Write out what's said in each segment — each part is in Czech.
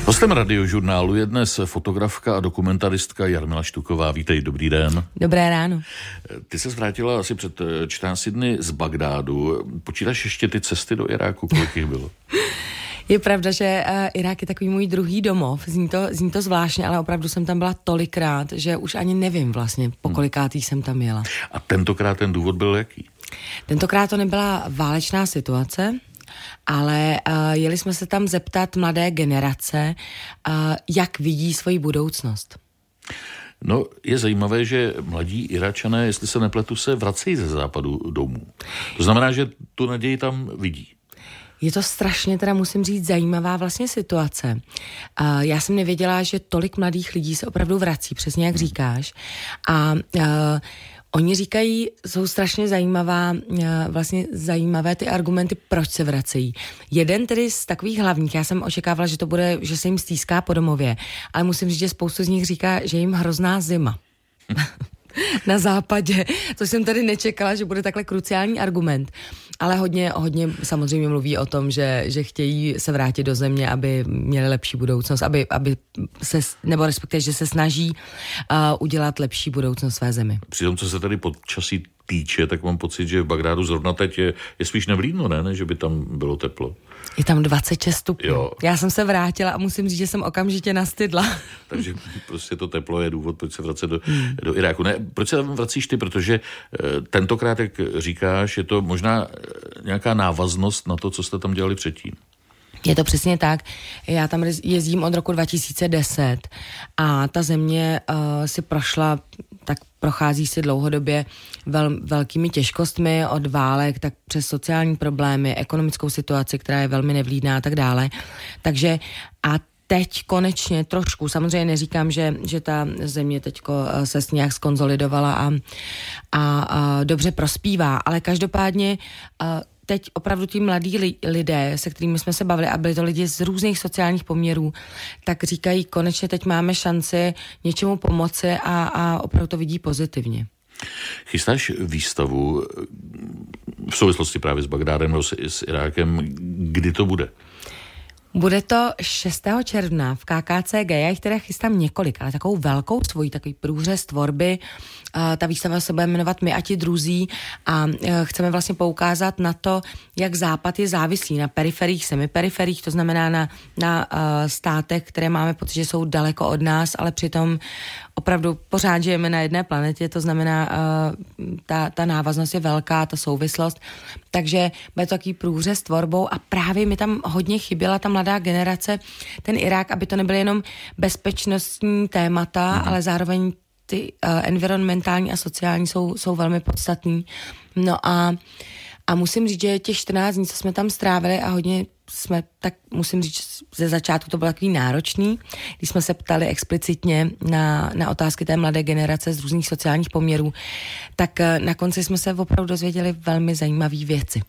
Hostem Radiožurnálu je dnes fotografka a dokumentaristka Jarmila Štuková. Vítej, dobrý den. Dobré ráno. Ty se vrátila asi před 14 dny z Bagdádu. Počítáš ještě ty cesty do Iráku, kolik jich bylo? Je pravda, že Irák je takový můj druhý domov. Zní to zvláštně, ale opravdu jsem tam byla tolikrát, že už ani nevím vlastně, po kolikátý jsem tam jela. A tentokrát ten důvod byl jaký? Tentokrát to nebyla válečná situace, ale jeli jsme se tam zeptat mladé generace, jak vidí svoji budoucnost. No, je zajímavé, že mladí Iračané, jestli se nepletu, se vracejí ze západu domů. To znamená, že tu naději tam vidí. Je to strašně, teda musím říct, zajímavá vlastně situace. Já jsem nevěděla, že tolik mladých lidí se opravdu vrací, přesně jak říkáš. A oni říkají, jsou strašně zajímavé ty argumenty, proč se vracejí. Jeden tedy z takových hlavních, já jsem očekávala, že to bude, že se jim stýská po domově, ale musím říct, že spoustu z nich říká, že jim hrozná zima. Na západě, což jsem tady nečekala, že bude takhle kruciální argument. Ale hodně samozřejmě mluví o tom, že chtějí se vrátit do země, aby měli lepší budoucnost, aby se, nebo respektive, že se snaží udělat lepší budoucnost své zemi. Při tom, co se tady počasí týče, tak mám pocit, že v Bagdádu zrovna teď je spíš nevlídno, ne, že by tam bylo teplo. Je tam 26 stupňů. Jo. Já jsem se vrátila a musím říct, že jsem okamžitě nastydla. Takže prostě to teplo je důvod, proč se vracet do Iráku. Ne, proč se tam vracíš ty? Protože tentokrát, jak říkáš, je to možná nějaká návaznost na to, co jste tam dělali předtím. Je to přesně tak. Já tam jezdím od roku 2010 a ta země si prošla, tak prochází si dlouhodobě velkými těžkostmi od válek, tak přes sociální problémy, ekonomickou situaci, která je velmi nevlídná a tak dále. Takže a teď konečně trošku, samozřejmě neříkám, že ta země teďko se nějak skonzolidovala a dobře prospívá, ale každopádně teď opravdu ti mladí lidé, se kterými jsme se bavili, a byli to lidi z různých sociálních poměrů, tak říkají, konečně teď máme šanci něčemu pomoci a opravdu to vidí pozitivně. Chystáš výstavu v souvislosti právě s Bagdádem nebo s Irákem, kdy to bude? Bude to 6. června v KKCG, já jich teda chystám několik, ale takovou velkou svoji, takový průřez tvorby. Ta výstava se bude jmenovat My a ti druzí a chceme vlastně poukázat na to, jak Západ je závislý na periferiích, semiperiferích, to znamená na státech, které máme pocit, že jsou daleko od nás, ale přitom opravdu pořád žijeme na jedné planetě, to znamená, ta návaznost je velká, ta souvislost, takže bude to takový průřez tvorbou a právě mi tam hodně chyběla ta mladá generace, ten Irák, aby to nebyly jenom bezpečnostní témata, ale zároveň ty environmentální a sociální jsou velmi podstatný. No a musím říct, že těch 14 dní, co jsme tam strávili a hodně jsme, tak musím říct, ze začátku to bylo takový náročný, když jsme se ptali explicitně na otázky té mladé generace z různých sociálních poměrů, tak na konci jsme se opravdu dozvěděli velmi zajímavé věci.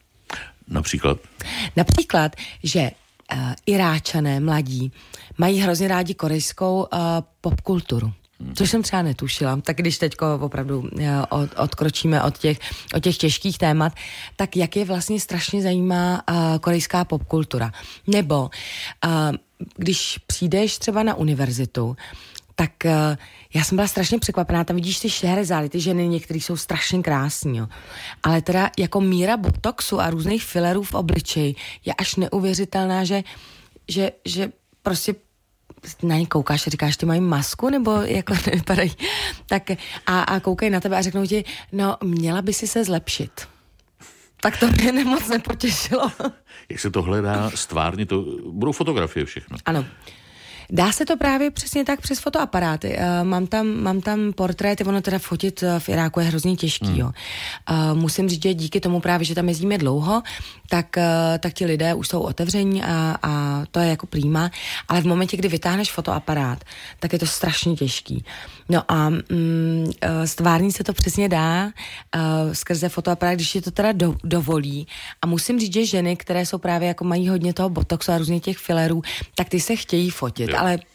Například, že Iráčané mladí mají hrozně rádi korejskou popkulturu. Což jsem třeba netušila, tak když teďko opravdu odkročíme od těch těžkých témat, tak jak je vlastně strašně zajímá korejská popkultura. Nebo když přijdeš třeba na univerzitu, tak já jsem byla strašně překvapená, tam vidíš ty šehrezály, ty ženy některé jsou strašně krásní, jo. Ale teda jako míra botoxu a různých fillerů v obličeji je až neuvěřitelná, že prostě na ně koukáš a říkáš, ty mají masku, nebo jako nevypadají, tak a koukají na tebe a řeknou ti, no měla by si se zlepšit. Tak to mě moc nepotěšilo. Jak se to hledá stvárně, to budou fotografie všechno. Ano. Dá se to právě přesně tak přes fotoaparáty. Mám tam portréty, ono teda fotit v Iráku je hrozně těžký. Jo. Musím říct, že díky tomu právě, že tam jezdíme dlouho, tak ti lidé už jsou otevření a to je jako prýma, ale v momentě, kdy vytáhneš fotoaparát, tak je to strašně těžký. No a stvární se to přesně dá skrze fotoaparát, když je to teda dovolí. A musím říct, že ženy, které jsou právě jako mají hodně toho botoxu a různě těch fillerů, tak ty se chtějí fotit. Ale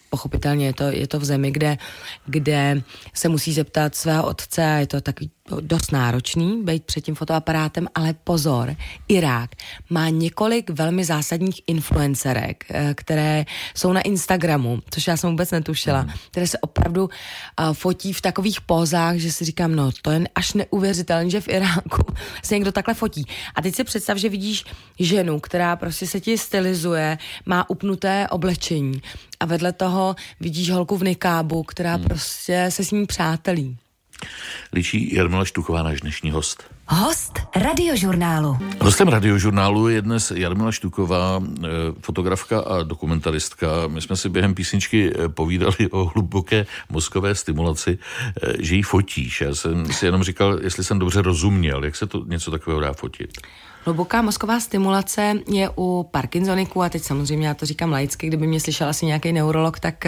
pochopitelně je to v zemi, kde se musí zeptat svého otce a je to takový dost náročný být před tím fotoaparátem, ale pozor, Irák má několik velmi zásadních influencerek, které jsou na Instagramu, což já jsem vůbec netušila, které se opravdu fotí v takových pózách, že si říkám, no to je až neuvěřitelné, že v Iráku se někdo takhle fotí. A teď si představ, že vidíš ženu, která prostě se ti stylizuje, má upnuté oblečení a vedle toho vidíš holku v nikábu, která prostě se s ním přátelí. Líčí Jarmila Štuchová, náš dnešní host. Host Radiožurnálu. Hostem Radiožurnálu je dnes Jarmila Štuchová, fotografka a dokumentaristka. My jsme si během písničky povídali o hluboké mozkové stimulaci, že ji fotíš. Já jsem si jenom říkal, jestli jsem dobře rozuměl, jak se to něco takového dá fotit. Hluboká mozková stimulace je u Parkinsoniků a teď samozřejmě já to říkám laicky, kdyby mě slyšel asi nějaký neurolog, tak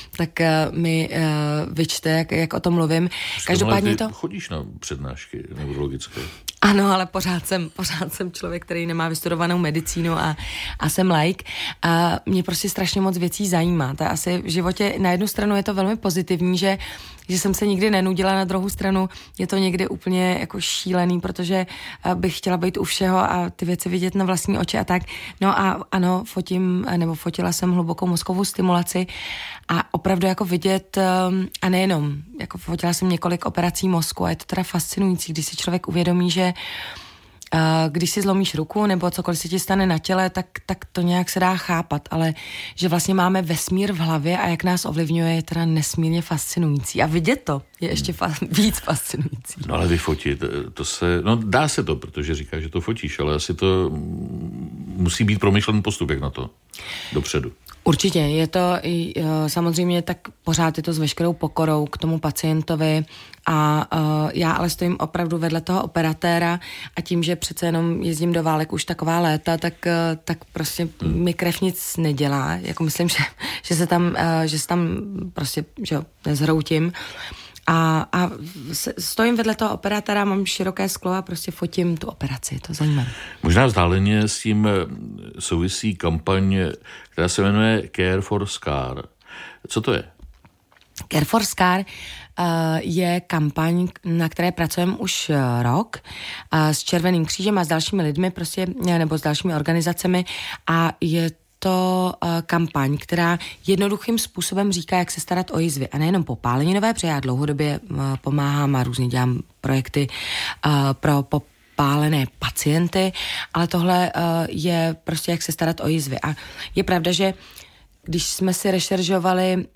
mi vyčte, jak o tom mluvím. Každopádně to... Chodíš na přednášky neurologické? Ano, ale pořád jsem člověk, který nemá vystudovanou medicínu a jsem laik. A mě prostě strašně moc věcí zajímá. To asi v životě na jednu stranu je to velmi pozitivní, že jsem se nikdy nenudila, na druhou stranu je to někdy úplně jako šílený, protože bych chtěla být u všeho a ty věci vidět na vlastní oči a tak. No a ano, fotila jsem hlubokou mozkovou stimulaci a opravdu jako vidět, a nejenom, jako fotila jsem několik operací mozku a je to teda fascinující, když si člověk uvědomí, že když si zlomíš ruku nebo cokoliv se ti stane na těle, tak to nějak se dá chápat, ale že vlastně máme vesmír v hlavě a jak nás ovlivňuje, je teda nesmírně fascinující. A vidět to je ještě víc fascinující. No ale vyfotit, dá se to, protože říkáš, že to fotíš, ale asi to musí být promyšlený postup, jak na to dopředu. Určitě, je to samozřejmě tak pořád je to s veškerou pokorou k tomu pacientovi a já ale stojím opravdu vedle toho operatéra a tím, že přece jenom jezdím do válek už taková léta, tak prostě mi krev nic nedělá, jako myslím, že se tam prostě, že jo, nezhroutím. A stojím vedle toho operatéra, mám široké sklo a prostě fotím tu operaci, to zajímavé. Možná vzdáleně s tím souvisí kampaň, která se jmenuje Care for Scar. Co to je? Care for Scar je kampaň, na které pracujeme už rok s Červeným křížem a s dalšími lidmi prostě, nebo s dalšími organizacemi a je to kampaň, která jednoduchým způsobem říká, jak se starat o jizvy. A nejenom popáleninové, protože já dlouhodobě pomáhám a různě dělám projekty pro popálené pacienty, ale tohle je prostě, jak se starat o jizvy. A je pravda, že když jsme si rešeržovali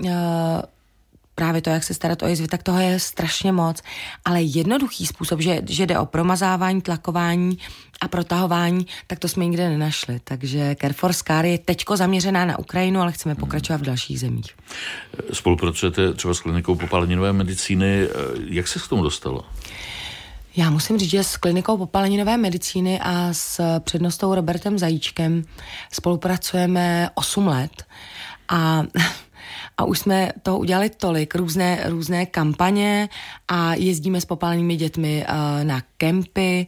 právě to, jak se starat o jizvy, tak toho je strašně moc, ale jednoduchý způsob, že jde o promazávání, tlakování a protahování, tak to jsme nikde nenašli. Takže Care for Scar je teďko zaměřená na Ukrajinu, ale chceme pokračovat v dalších zemích. Spolupracujete třeba s klinikou popáleninové medicíny. Jak se k tomu dostalo? Já musím říct, že s klinikou popáleninové medicíny a s přednostou Robertem Zajíčkem spolupracujeme 8 let a už jsme toho udělali tolik, různé kampaně a jezdíme s popálenými dětmi na kempy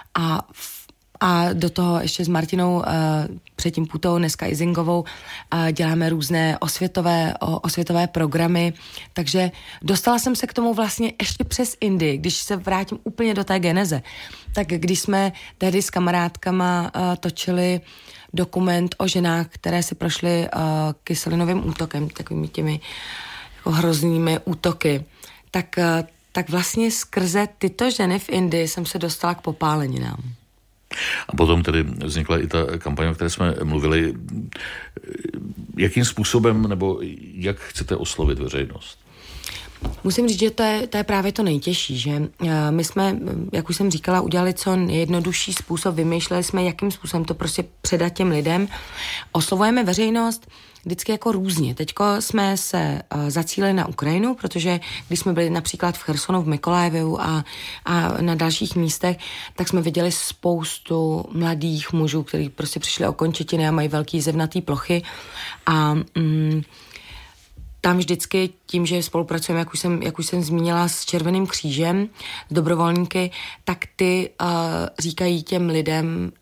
a do toho ještě s Martinou předtím Putou, dneska Izingovou, děláme různé osvětové programy, takže dostala jsem se k tomu vlastně ještě přes Indii, když se vrátím úplně do té geneze. Tak když jsme tehdy s kamarádkama točili dokument o ženách, které si prošly kyselinovým útokem, takovými těmi jako hroznými útoky, tak vlastně skrze tyto ženy v Indii jsem se dostala k popáleninám. A potom tedy vznikla i ta kampaň, o které jsme mluvili. Jakým způsobem nebo jak chcete oslovit veřejnost? Musím říct, že to je právě to nejtěžší, že my jsme, jak už jsem říkala, udělali co nejjednodušší způsob, vymýšleli jsme, jakým způsobem to prostě předat těm lidem. Oslovujeme veřejnost vždycky jako různě. Teďko jsme se zacílili na Ukrajinu, protože když jsme byli například v Chersonu, v Mykolajevu a na dalších místech, tak jsme viděli spoustu mladých mužů, kteří prostě přišli o končetiny a mají velký zevnatý plochy a tam vždycky tím, že spolupracujeme, jak už jsem zmínila, s Červeným křížem, s dobrovolníky, tak ty říkají těm lidem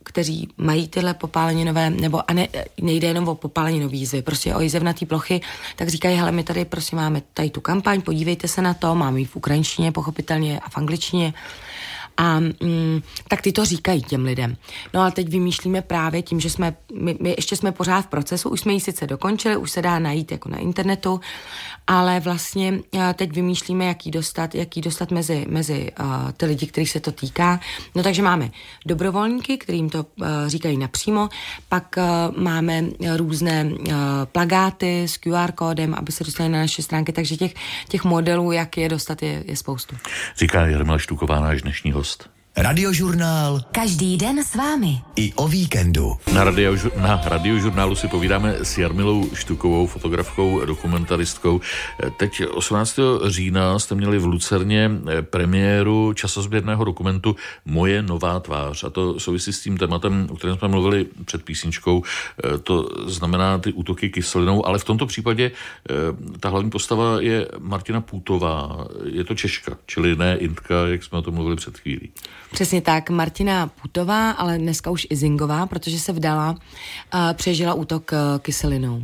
kteří mají tyhle popáleninové, nebo a nejde jenom o popáleninové výzvy, prostě o jizevnatý plochy, tak říkají, hele, my tady prostě máme tady tu kampaň, podívejte se na to, máme ji v ukrajinštině, pochopitelně a v angličtině. A tak ty to říkají těm lidem. No a teď vymýšlíme právě tím, že my ještě jsme pořád v procesu, už jsme ji sice dokončili, už se dá najít jako na internetu, ale vlastně teď vymýšlíme, jak jí dostat mezi ty lidi, kterých se to týká. No takže máme dobrovolníky, kterým to říkají napřímo, pak máme různé plakáty s QR kódem, aby se dostali na naše stránky, takže těch modelů, jak je dostat, je spoustu. Říká Jarmila Štuková, náš dnešní host. Radiožurnál. Každý den s vámi. I o víkendu. Na Radiožurnálu si povídáme s Jarmilou Štukovou, fotografkou, dokumentaristkou. Teď 18. října jste měli v Lucerně premiéru časozběrného dokumentu Moje nová tvář. A to souvisí s tím tématem, o kterém jsme mluvili před písničkou. To znamená ty útoky kyselinou, ale v tomto případě ta hlavní postava je Martina Půtová. Je to Češka, čili ne Indka, jak jsme o tom mluvili před chvílí. Přesně tak, Martina Půtová, ale dneska už i Zingová, protože se vdala, přežila útok kyselinou.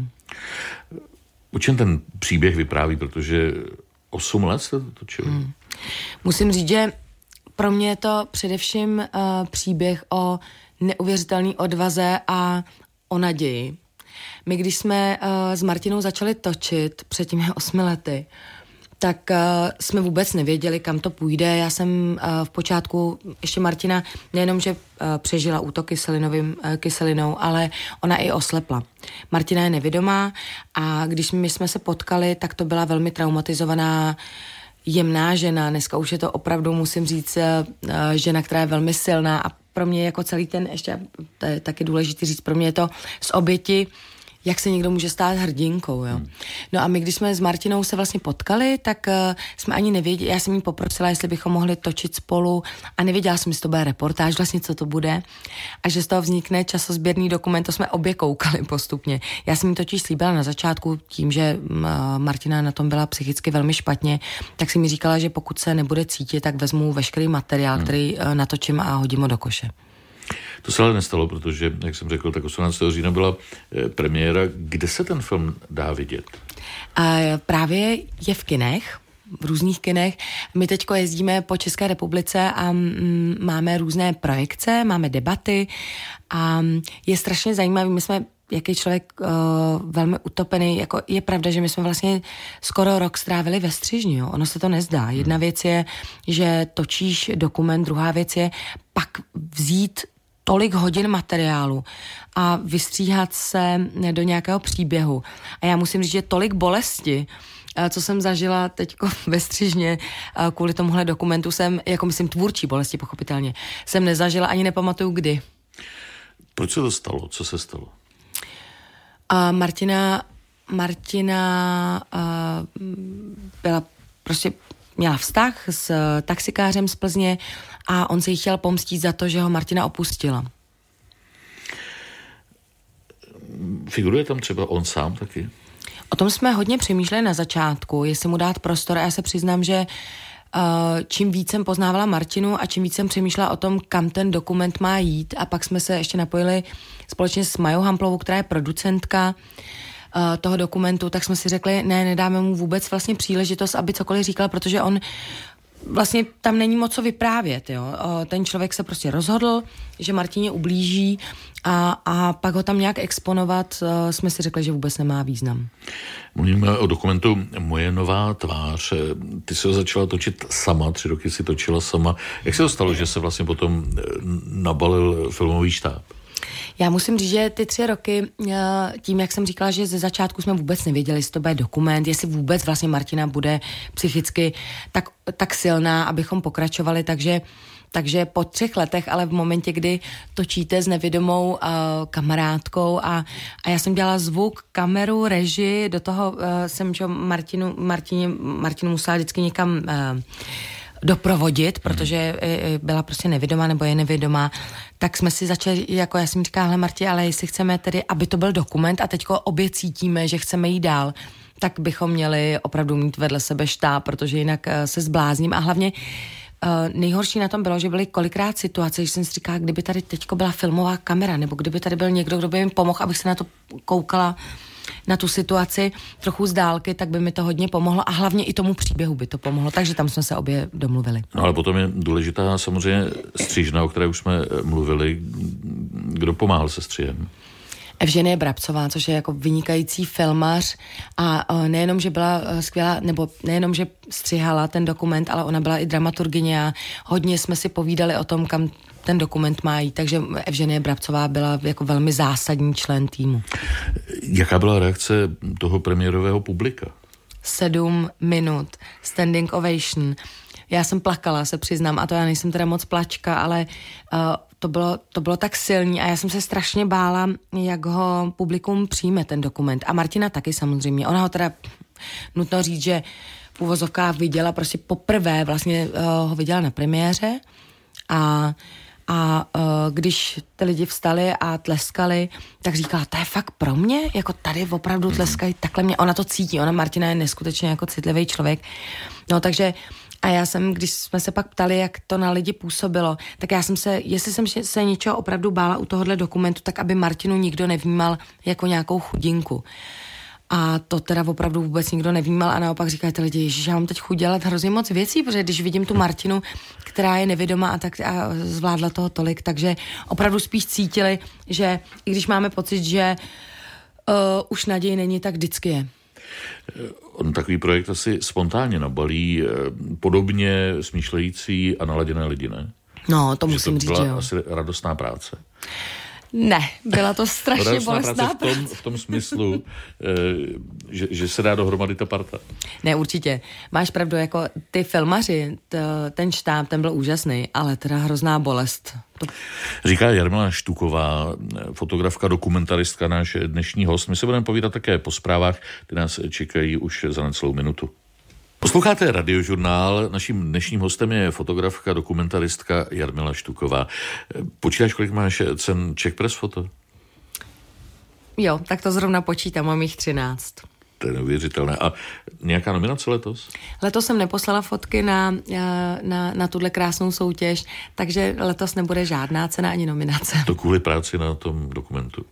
O čem ten příběh vypráví, protože 8 let jste to točili? Musím říct, že pro mě je to především příběh o neuvěřitelné odvaze a o naději. My, když jsme s Martinou začali točit před těmi 8 lety, tak jsme vůbec nevěděli, kam to půjde. Já jsem v počátku, ještě Martina, nejenom, že přežila útok kyselinou, ale ona i oslepla. Martina je nevidomá a když my jsme se potkali, tak to byla velmi traumatizovaná, jemná žena. Dneska už je to opravdu, musím říct, žena, která je velmi silná a pro mě jako celý ten, ještě to je taky důležité říct, pro mě je to z oběti, jak se někdo může stát hrdinkou, jo. No a my, když jsme s Martinou se vlastně potkali, tak jsme ani nevěděli, já jsem jí poprosila, jestli bychom mohli točit spolu a nevěděla jsem, jestli to bude reportáž, vlastně co to bude a že z toho vznikne časozběrný dokument, to jsme obě koukali postupně. Já jsem jí totiž slíbila na začátku tím, že Martina na tom byla psychicky velmi špatně, tak si mi říkala, že pokud se nebude cítit, tak vezmu veškerý materiál, který natočím a hodím ho do koše. To se ale nestalo, protože, jak jsem řekl, tak 18. října byla premiéra. Kde se ten film dá vidět? Právě je v kinech, v různých kinech. My teďko jezdíme po České republice a máme různé projekce, máme debaty a je strašně zajímavý. My jsme jaký člověk velmi utopený, jako je pravda, že my jsme vlastně skoro rok strávili ve Střižni, jo? Ono se to nezdá. Jedna věc je, že točíš dokument, druhá věc je pak vzít tolik hodin materiálu a vystříhat se do nějakého příběhu. A já musím říct, že tolik bolesti, co jsem zažila teďko ve Střižně kvůli tomuhle dokumentu, jsem, jako myslím tvůrčí bolesti, pochopitelně, jsem nezažila, ani nepamatuju kdy. Proč se to stalo? Co se stalo? Martina byla prostě měla vztah s taxikářem z Plzně a on se jí chtěl pomstít za to, že ho Martina opustila. Figuruje tam třeba on sám taky? O tom jsme hodně přemýšleli na začátku, jestli mu dát prostor a já se přiznám, že čím víc jsem poznávala Martinu a čím víc jsem přemýšlela o tom, kam ten dokument má jít a pak jsme se ještě napojili společně s Majou Hamplovou, která je producentka toho dokumentu, tak jsme si řekli, nedáme mu vůbec vlastně příležitost, aby cokoliv říkal, protože on vlastně tam není moc co vyprávět, jo. Ten člověk se prostě rozhodl, že Martině ublíží a pak ho tam nějak exponovat, jsme si řekli, že vůbec nemá význam. Mluvíme o dokumentu Moje nová tvář. Ty jsi ho začala točit sama, 3 roky si točila sama. Jak se to stalo, že se vlastně potom nabalil filmový štáb? Já musím říct, že ty 3 roky, tím, jak jsem říkala, že ze začátku jsme vůbec nevěděli, jestli to bude dokument, jestli vůbec vlastně Martina bude psychicky tak silná, abychom pokračovali, takže po 3 letech, ale v momentě, kdy točíte s nevědomou kamarádkou a já jsem dělala zvuk, kameru, režii, do toho jsem Martinu musela vždycky někam doprovodit, protože byla prostě nevědomá nebo je nevědomá, tak jsme si začali, jako já jsem říkala, hele Marti, ale jestli chceme tedy, aby to byl dokument a teďko obě cítíme, že chceme jít dál, tak bychom měli opravdu mít vedle sebe štáb, protože jinak se zblázním a hlavně nejhorší na tom bylo, že byly kolikrát situace, že jsem si říkala, kdyby tady teďko byla filmová kamera, nebo kdyby tady byl někdo, kdo by mi pomohl, abych se na to koukala, na tu situaci trochu z dálky, tak by mi to hodně pomohlo a hlavně i tomu příběhu by to pomohlo, takže tam jsme se obě domluvili. No ale potom je důležitá samozřejmě střižna, o které už jsme mluvili. Kdo pomáhal se střihem? Evženie Brabcová, což je jako vynikající filmař a nejenom, že byla skvělá, nebo nejenom, že střihala ten dokument, ale ona byla i dramaturgyně a hodně jsme si povídali o tom, kam ten dokument má jít, takže Evženie Brabcová byla jako velmi zásadní člen týmu. Jaká byla reakce toho premiérového publika? 7 minut, standing ovation. Já jsem plakala, se přiznám, a to já nejsem teda moc plačka, ale to bylo tak silný a já jsem se strašně bála, jak ho publikum přijme, ten dokument. A Martina taky samozřejmě. Ona ho teda, nutno říct, že v uvozovkách viděla prostě poprvé, vlastně ho viděla na premiéře a když ty lidi vstali a tleskali, tak říkala, to je fakt pro mě? Jako tady opravdu tleskají takhle mě. Ona to cítí, Martina je neskutečně jako citlivý člověk. No takže a já jsem, když jsme se pak ptali, jak to na lidi působilo, tak já jsem jestli jsem se něčeho opravdu bála u tohohle dokumentu, tak aby Martinu nikdo nevnímal jako nějakou chudinku. A to teda opravdu vůbec nikdo nevnímal a naopak říkají ty lidi, ježiš, já mám teď chuť dělat hrozně moc věcí, protože když vidím tu Martinu, která je nevědomá a zvládla toho tolik, takže opravdu spíš cítili, že i když máme pocit, že už naději není, tak vždycky je. On takový projekt asi spontánně nabalí podobně smýšlející a naladěné lidi, ne? No, to musím říct, že jo. To byla asi radostná práce. Ne, byla to strašně bolestná práce. V tom smyslu, že se dá dohromady ta parta. Ne, určitě. Máš pravdu, jako ty filmaři, ten štáb, ten byl úžasný, ale teda hrozná bolest. Říká Jarmila Štuková, fotografka, dokumentaristka, náš dnešní host. My se budeme povídat také po zprávách, ty nás čekají už za necelou minutu. Posloucháte Radiožurnál, naším dnešním hostem je fotografka, dokumentaristka Jarmila Štuková. Počítáš, kolik máš cen Czech Press Photo? Jo, tak to zrovna počítám, mám jich 13. To je neuvěřitelné. A nějaká nominace letos? Letos jsem neposlala fotky na tuhle krásnou soutěž, takže letos nebude žádná cena ani nominace. To kvůli práci na tom dokumentu.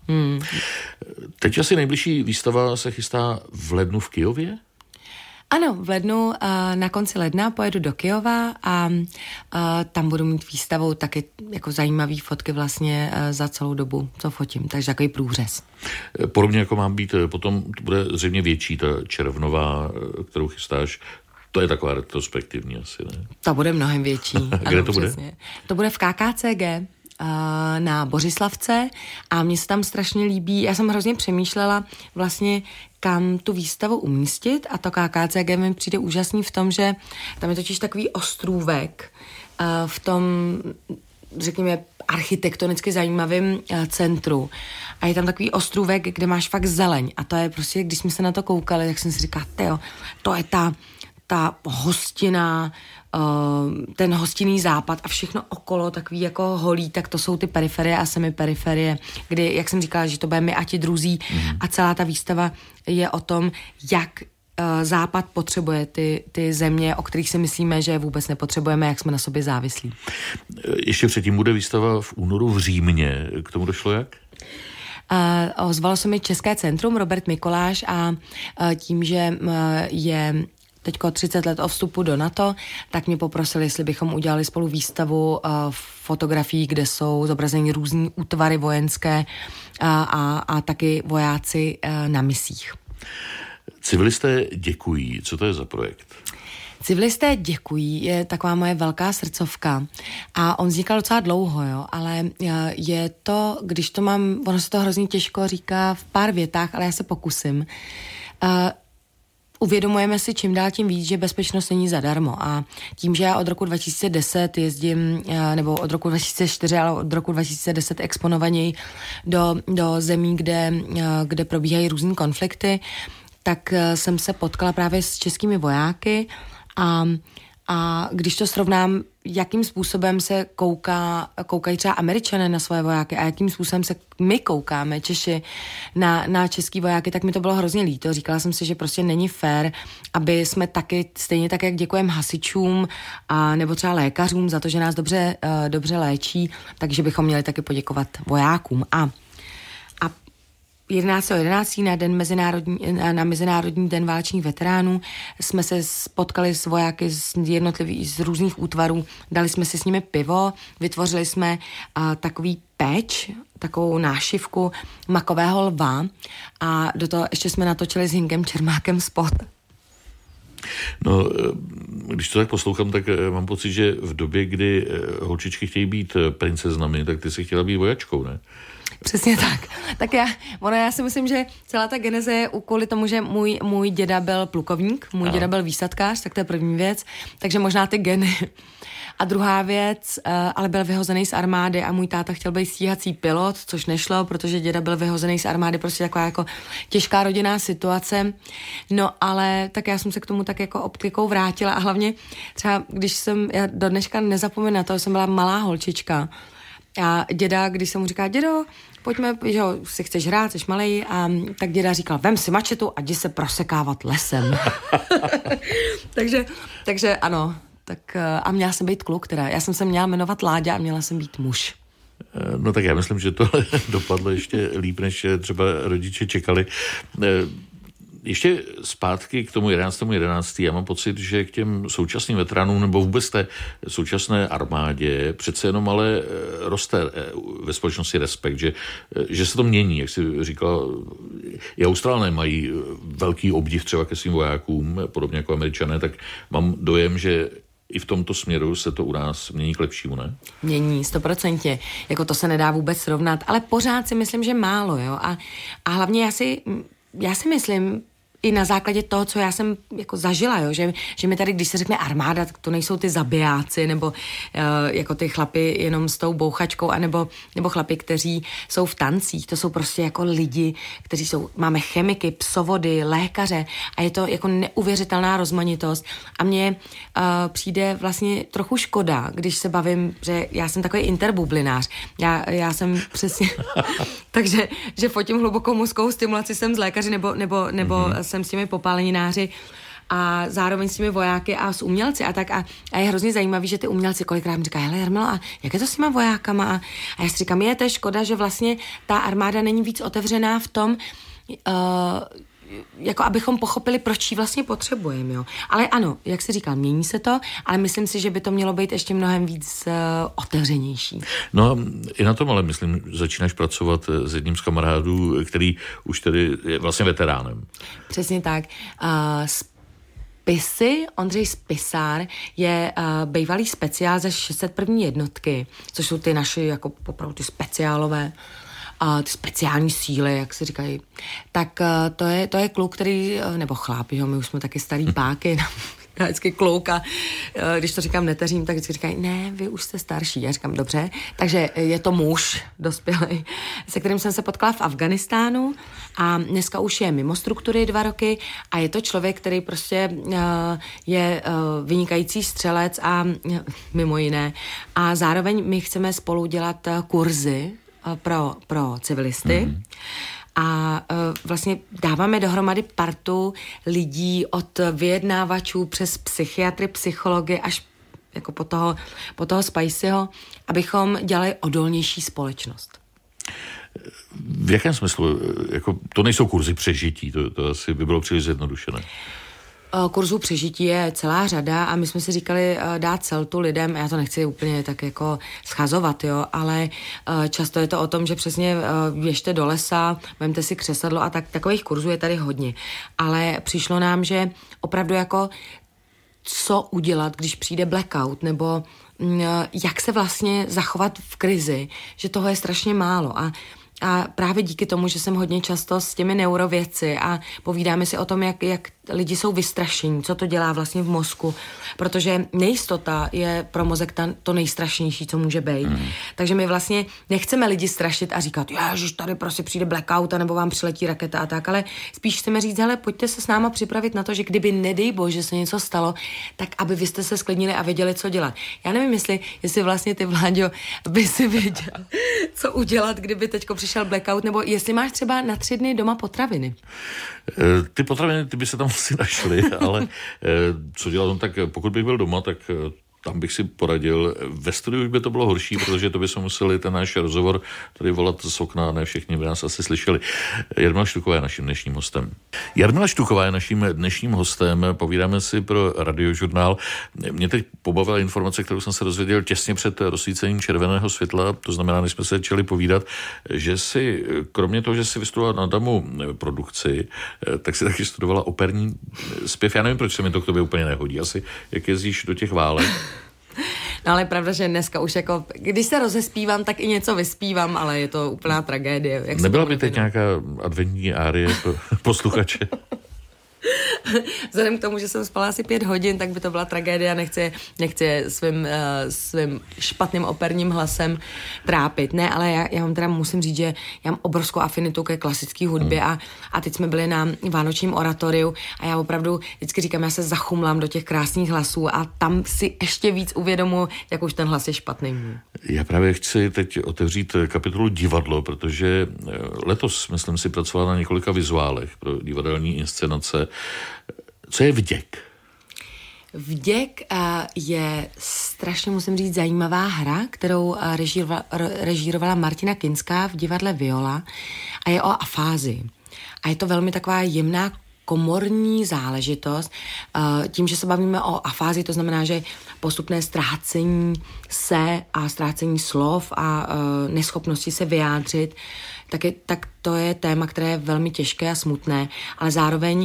Teď asi nejbližší výstava se chystá v lednu v Kyjově? Ano, v lednu, na konci ledna pojedu do Kyjova a tam budu mít výstavou taky jako zajímavý fotky vlastně za celou dobu, co fotím, takže takový průřez. Podobně jako mám být, potom to bude zřejmě větší, ta červnová, kterou chystáš, to je taková retrospektivní asi, ne? To bude mnohem větší. Kde ano, to bude? Přesně. To bude v KKCG na Bořislavce a mně se tam strašně líbí, já jsem hrozně přemýšlela vlastně, kam tu výstavu umístit a to KKCG mi přijde úžasný v tom, že tam je totiž takový ostrůvek v tom, řekněme, architektonicky zajímavém centru a je tam takový ostrůvek, kde máš fakt zeleň a to je prostě, když jsme se na to koukali, tak jsem si říkala, to je ta hostina, ten hostinný západ a všechno okolo takový jako holí, tak to jsou ty periferie a semiperiferie, kdy, jak jsem říkala, že to budeme my a ti druzí a celá ta výstava je o tom, jak západ potřebuje ty země, o kterých si myslíme, že vůbec nepotřebujeme, jak jsme na sobě závislí. Ještě předtím bude výstava v únoru v Římě. K tomu došlo jak? Ozvalo se mi České centrum Robert Mikoláš a tím, že je teďko 30 let o vstupu do NATO, tak mě poprosili, jestli bychom udělali spolu výstavu fotografií, kde jsou zobrazeny různý útvary vojenské a taky vojáci na misích. Civilisté děkují. Co to je za projekt? Civilisté děkují je taková moje velká srdcovka a on vznikal docela dlouho, jo, ale je to, když to mám, ono se to hrozně těžko říká v pár větách, ale já se pokusím. Uvědomujeme si čím dál tím víc, že bezpečnost není zadarmo a tím, že já od roku 2010 jezdím, nebo od roku 2004, ale od roku 2010 exponovaněji do zemí, kde probíhají různý konflikty, tak jsem se potkala právě s českými vojáky a když to srovnám jakým způsobem se koukají třeba Američané na svoje vojáky a jakým způsobem se my koukáme, Češi, na český vojáky, tak mi to bylo hrozně líto. Říkala jsem si, že prostě není fér, aby jsme taky, stejně tak, jak děkujeme hasičům a nebo třeba lékařům za to, že nás dobře léčí, takže bychom měli taky poděkovat vojákům. A 11.11. na Mezinárodní den válečných veteránů jsme se spotkali s vojáky z různých útvarů, dali jsme si s nimi pivo, vytvořili jsme takový peč, takovou nášivku makového lva a do toho ještě jsme natočili s Hinkem Čermákem spot. No, když to tak poslouchám, tak mám pocit, že v době, kdy holčičky chtějí být princeznami, tak ty si chtěla být vojačkou, ne? Přesně tak. Tak já si myslím, že celá ta geneze je kvůli tomu, že můj děda byl plukovník, můj děda byl výsadkář, tak to je první věc, takže možná ty geny. A druhá věc, ale byl vyhozený z armády a můj táta chtěl být stíhací pilot, což nešlo, protože děda byl vyhozený z armády, prostě taková jako těžká rodinná situace. No ale tak já jsem se k tomu tak jako optikou vrátila a hlavně třeba, já do dneška nezapomenu na to, že jsem byla malá holčička a děda, když jsem mu říkala, dědo, pojďme, že si chceš hrát, jsi malej, a tak děda říkal, vem si mačetu a jdi se prosekávat lesem. takže ano, tak a měla jsem být kluk, já jsem se měla jmenovat Láďa a měla jsem být muž. No tak já myslím, že to dopadlo ještě líp, než třeba rodiče čekali. Ještě zpátky k tomu 11.11. Já mám pocit, že k těm současným veteránům nebo vůbec té současné armádě přece jenom ale roste ve společnosti respekt, že se to mění, jak jsi říkal. I Australané mají velký obdiv třeba ke svým vojákům, podobně jako Američané, tak mám dojem, že i v tomto směru se to u nás mění k lepšímu, ne? Mění, 100%. Jako to se nedá vůbec srovnat, ale pořád si myslím, že málo, jo. A hlavně já si myslím, i na základě toho, co já jsem jako zažila, jo, že mi tady, když se řekne armáda, tak to nejsou ty zabijáci, nebo jako ty chlapi jenom s tou bouchačkou, nebo chlapi, kteří jsou v tancích, to jsou prostě jako lidi, máme chemiky, psovody, lékaře a je to jako neuvěřitelná rozmanitost a mně přijde vlastně trochu škoda, když se bavím, že já jsem takový interbublinář, já jsem přesně takže, že fotím hlubokou mozkovou stimulaci, jsem z lékaři nebo jsem s těmi popálenináři a zároveň s těmi vojáky a s umělci a tak a je hrozně zajímavý, že ty umělci kolikrát mi říkají, hele Jarmilo, a jak je to s těma vojákama a já si říkám, je to škoda, že vlastně ta armáda není víc otevřená v tom, jako abychom pochopili, proč ji vlastně potřebujeme, jo. Ale ano, jak jsi říkal, mění se to, ale myslím si, že by to mělo být ještě mnohem víc otevřenější. No i na tom, ale myslím, začínáš pracovat s jedním z kamarádů, který už tedy je vlastně veteránem. Přesně tak. Ondřej Spisár je bývalý speciál ze 601. jednotky, což jsou ty naši jako opravdu ty speciálové ty speciální síly, jak se říkají. Tak to je kluk, který, nebo chláp, jo, my už jsme taky starý páky, já vždycky kluk a když to říkám neteřím, tak vždycky říkají, ne, vy už jste starší. Já říkám, dobře, takže je to muž dospělý, se kterým jsem se potkala v Afghánistánu a dneska už je mimo struktury 2 roky a je to člověk, který prostě je vynikající střelec a mimo jiné. A zároveň my chceme spolu dělat kurzy pro civilisty a vlastně dáváme dohromady partu lidí od vyjednávačů přes psychiatry, psychology až jako po toho Spicyho, abychom dělali odolnější společnost. V jakém smyslu? Jako, to nejsou kurzy přežití, to asi by bylo příliš zjednodušené. Kurzů přežití je celá řada a my jsme si říkali dát celtu lidem, já to nechci úplně tak jako schazovat, jo, ale často je to o tom, že přesně běžte do lesa, vemte si křesadlo a takových kurzů je tady hodně. Ale přišlo nám, že opravdu jako co udělat, když přijde blackout, nebo jak se vlastně zachovat v krizi, že toho je strašně málo a právě díky tomu, že jsem hodně často s těmi neurovědci a povídáme si o tom, jak lidi jsou vystrašení, co to dělá vlastně v mozku, protože nejistota je pro mozek to nejstrašnější, co může být. Takže my vlastně nechceme lidi strašit a říkat, ježiš, tady prostě přijde blackout, nebo vám přiletí raketa a tak, ale spíš chceme říct, hele, pojďte se s náma připravit na to, že kdyby nedej bože, že se něco stalo, tak aby vy jste se sklidnili a věděli, co dělat. Já nevím, jestli vlastně ty, Vláďo, by si věděl, co udělat, kdyby teďko přišel blackout, nebo jestli máš třeba na 3 dny doma potraviny. Ty potraviny, ty by se tam asi našly, ale co dělat, tak pokud bych byl doma, tak tam bych si poradil. Ve studiu už by to bylo horší, protože to by jsme museli ten náš rozhovor tady volat z okna, ne všichni by nás asi slyšeli. Jarmila Štuková je naším dnešním hostem. Jarmila Štuková je naším dnešním hostem, povídáme si pro Radiožurnál. Mě teď pobavila informace, kterou jsem se dozvěděl těsně před rozsvícením červeného světla, to znamená, než jsme se začali povídat, že si, kromě toho, že si vystudovala na DAMu produkci, tak si taky studovala operní zpěv. Já nevím, proč se mi to k tobě úplně nehodí. Asi jak jezdíš do těch válek. No ale pravda, že dneska už jako, když se rozespívám, tak i něco vyspívám, ale je to úplná tragédie. Nebyla by teď nějaká adventní árie pro posluchače? Vzhledem k tomu, že jsem spala asi 5 hodin, tak by to byla tragédia, nechci svým špatným operním hlasem trápit. Ne, ale já vám teda musím říct, že já mám obrovskou afinitu ke klasické hudbě a teď jsme byli na vánočním oratoriu a já opravdu vždycky říkám, já se zachumlám do těch krásných hlasů a tam si ještě víc uvědomuji, jak už ten hlas je špatný. Já právě chci teď otevřít kapitolu divadlo, protože letos, myslím si, pracovala na několika vizuálech pro divadelní inscenace. Co je Vděk? Vděk je strašně, musím říct, zajímavá hra, kterou režírovala Martina Kinská v divadle Viola a je o afázii. A je to velmi taková jemná komorní záležitost. Tím, že se bavíme o afázii, to znamená, že postupné ztrácení se a ztrácení slov a neschopnosti se vyjádřit, tak to je téma, které je velmi těžké a smutné, ale zároveň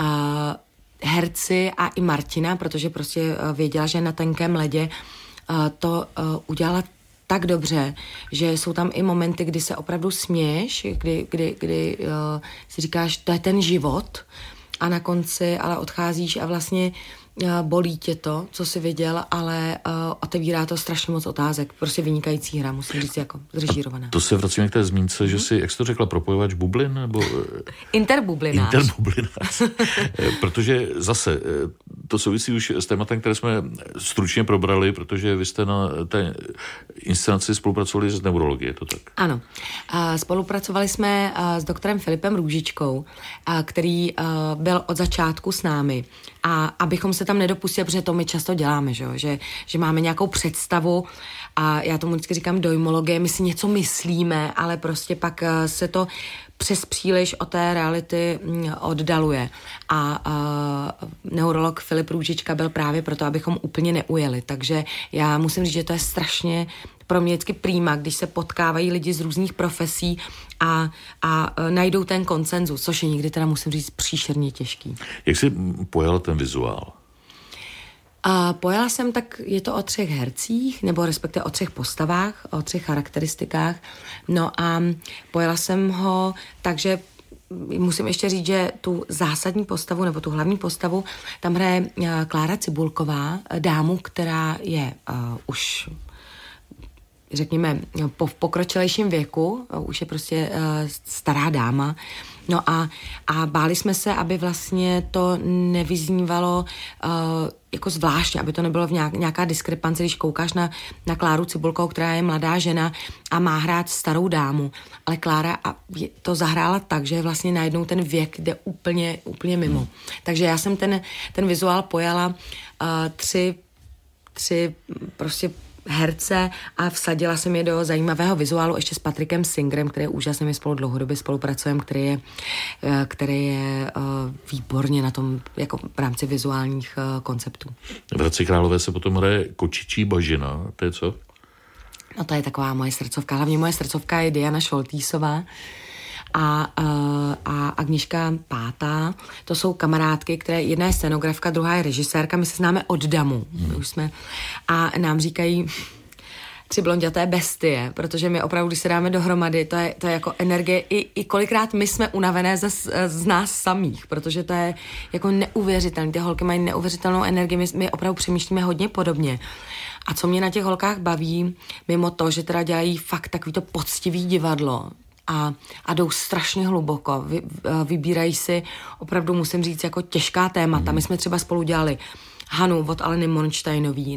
herci a i Martina, protože prostě věděla, že na tenkém ledě to udělala tak dobře, že jsou tam i momenty, kdy se opravdu směješ, kdy si říkáš, to je ten život a na konci ale odcházíš a vlastně bolí tě to, co jsi viděl, ale otevírá to strašně moc otázek. Prostě vynikající hra, musím říct, jako zrežírovaná. To se vracíme k té zmínce, že si, jak jsi to řekla, propojovač bublin? Nebo Interbublinář. Interbublinář. Protože zase, to souvisí už s tématem, které jsme stručně probrali, protože vy jste na té inscenaci spolupracovali s neurologií, je to tak? Ano. Spolupracovali jsme s doktorem Filipem Růžičkou, který byl od začátku s námi. A abychom se tam nedopustili, protože to my často děláme, že máme nějakou představu a já tomu vždycky říkám dojmologie, my si něco myslíme, ale prostě pak se to přes příliš od té reality oddaluje. A neurolog Filip Růžička byl právě proto, abychom úplně neujeli. Takže já musím říct, že to je strašně pro mě vždycky prýma, když se potkávají lidi z různých profesí a najdou ten konsenzus, což je někdy teda, musím říct, příšerně těžký. Jak jsi pojala ten vizuál? Pojala jsem, tak je to o 3 hercích, nebo respektive o 3 postavách, o 3 charakteristikách. No a pojala jsem ho, takže musím ještě říct, že tu zásadní postavu, nebo tu hlavní postavu, tam hraje Klára Cibulková, dámu, která je už řekněme, v pokročilejším věku, už je prostě stará dáma. No a báli jsme se, aby vlastně to nevyznívalo jako zvláštně, aby to nebylo v nějaká diskrepance, když koukáš na Kláru Cibulkovou, která je mladá žena a má hrát starou dámu. Ale Klára to zahrála tak, že vlastně najednou ten věk jde úplně mimo. Takže já jsem ten vizuál pojala 3 prostě herce a vsadila jsem je do zajímavého vizuálu ještě s Patrikem Singerem, který je úžasný, my spolu dlouhodobě spolupracujeme, který je výborně na tom jako v rámci vizuálních konceptů. V Hradci Králové se potom hraje Kočičí bažina, to je co? No to je taková moje srdcovka, hlavně moje srdcovka je Diana Šoltýsová a Agniška Pátá, to jsou kamarádky, které jedna je scenografka, druhá je režisérka, my se známe od DAMu. Už jsme, a nám říkají, 3 blonďaté bestie, protože my opravdu, když se dáme dohromady, to je jako energie, i kolikrát my jsme unavené z nás samých, protože to je jako neuvěřitelné. Ty holky mají neuvěřitelnou energii, my opravdu přemýšlíme hodně podobně. A co mě na těch holkách baví, mimo to, že teda dělají fakt takový to poctivý divadlo a jdou strašně hluboko, vybírají si, opravdu musím říct, jako těžká témata. My jsme třeba spolu dělali Hanu od Aleny Monštejnový,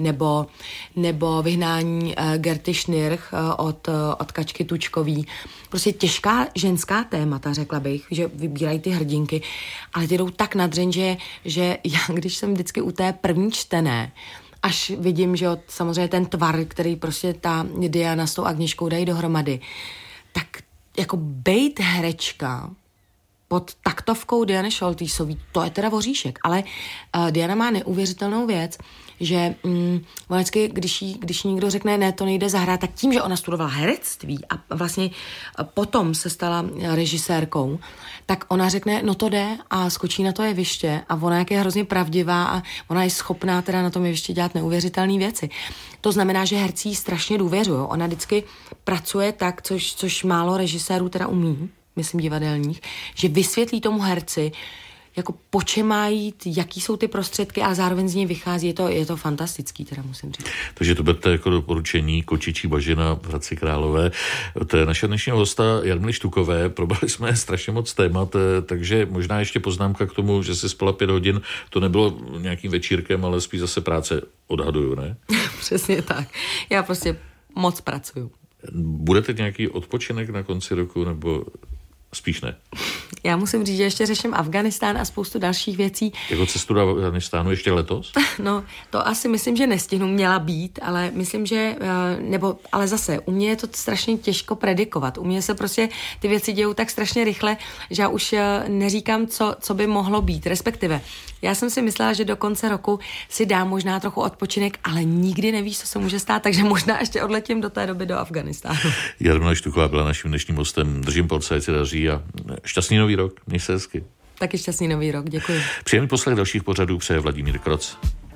nebo Vyhnání Gerty Schnirch od Kačky Tučkový. Prostě těžká ženská témata, řekla bych, že vybírají ty hrdinky, ale ty jdou tak nadřeň, že já, když jsem vždycky u té první čtené, až vidím, že samozřejmě ten tvar, který prostě ta Diana s tou Agniškou dají dohromady, tak jako bejt herečka pod taktovkou Diany Šoltýsový, to je teda voříšek, ale Diana má neuvěřitelnou věc, že vždycky, když někdo řekne, ne, to nejde zahrát, tak tím, že ona studovala herectví a vlastně potom se stala režisérkou, tak ona řekne, no to jde a skočí na to jeviště a ona jak je hrozně pravdivá a ona je schopná teda na tom jeviště dělat neuvěřitelné věci. To znamená, že herci jí strašně důvěřují. Ona vždycky pracuje tak, což málo režisérů teda umí, myslím divadelních, že vysvětlí tomu herci, jako po čem má jít, jaký jsou ty prostředky a zároveň z něj vychází. Je to fantastický, teda musím říct. Takže to budete jako doporučení Kočičí bažina v Hradci Králové. To je naše dnešního hosta Jarmily Štukové. Probrali jsme strašně moc témat, takže možná ještě poznámka k tomu, že si spala 5 hodin. To nebylo nějakým večírkem, ale spíš zase práce, odhaduju, ne? Přesně tak. Já prostě moc pracuju. Budete nějaký odpočinek na konci roku, nebo spíš ne? Já musím říct, že ještě řeším Afganistán a spoustu dalších věcí. Jako cestu do Afganistánu ještě letos? No, to asi myslím, že nestihnu, měla být, ale myslím, že, ale zase, u mě je to strašně těžko predikovat. U mě se prostě ty věci dějou tak strašně rychle, že já už neříkám, co by mohlo být. Respektive, já jsem si myslela, že do konce roku si dám možná trochu odpočinek, ale nikdy nevíš, co se může stát, takže možná ještě odletím do té doby do Afganistánu. Jarmila Štuková byla naším dnešním hostem. Držím palce, ať se daří a šťastný nový rok. Měj se hezky. Taky šťastný nový rok, děkuji. Příjemný poslech dalších pořadů přeje Vladimír Kroc.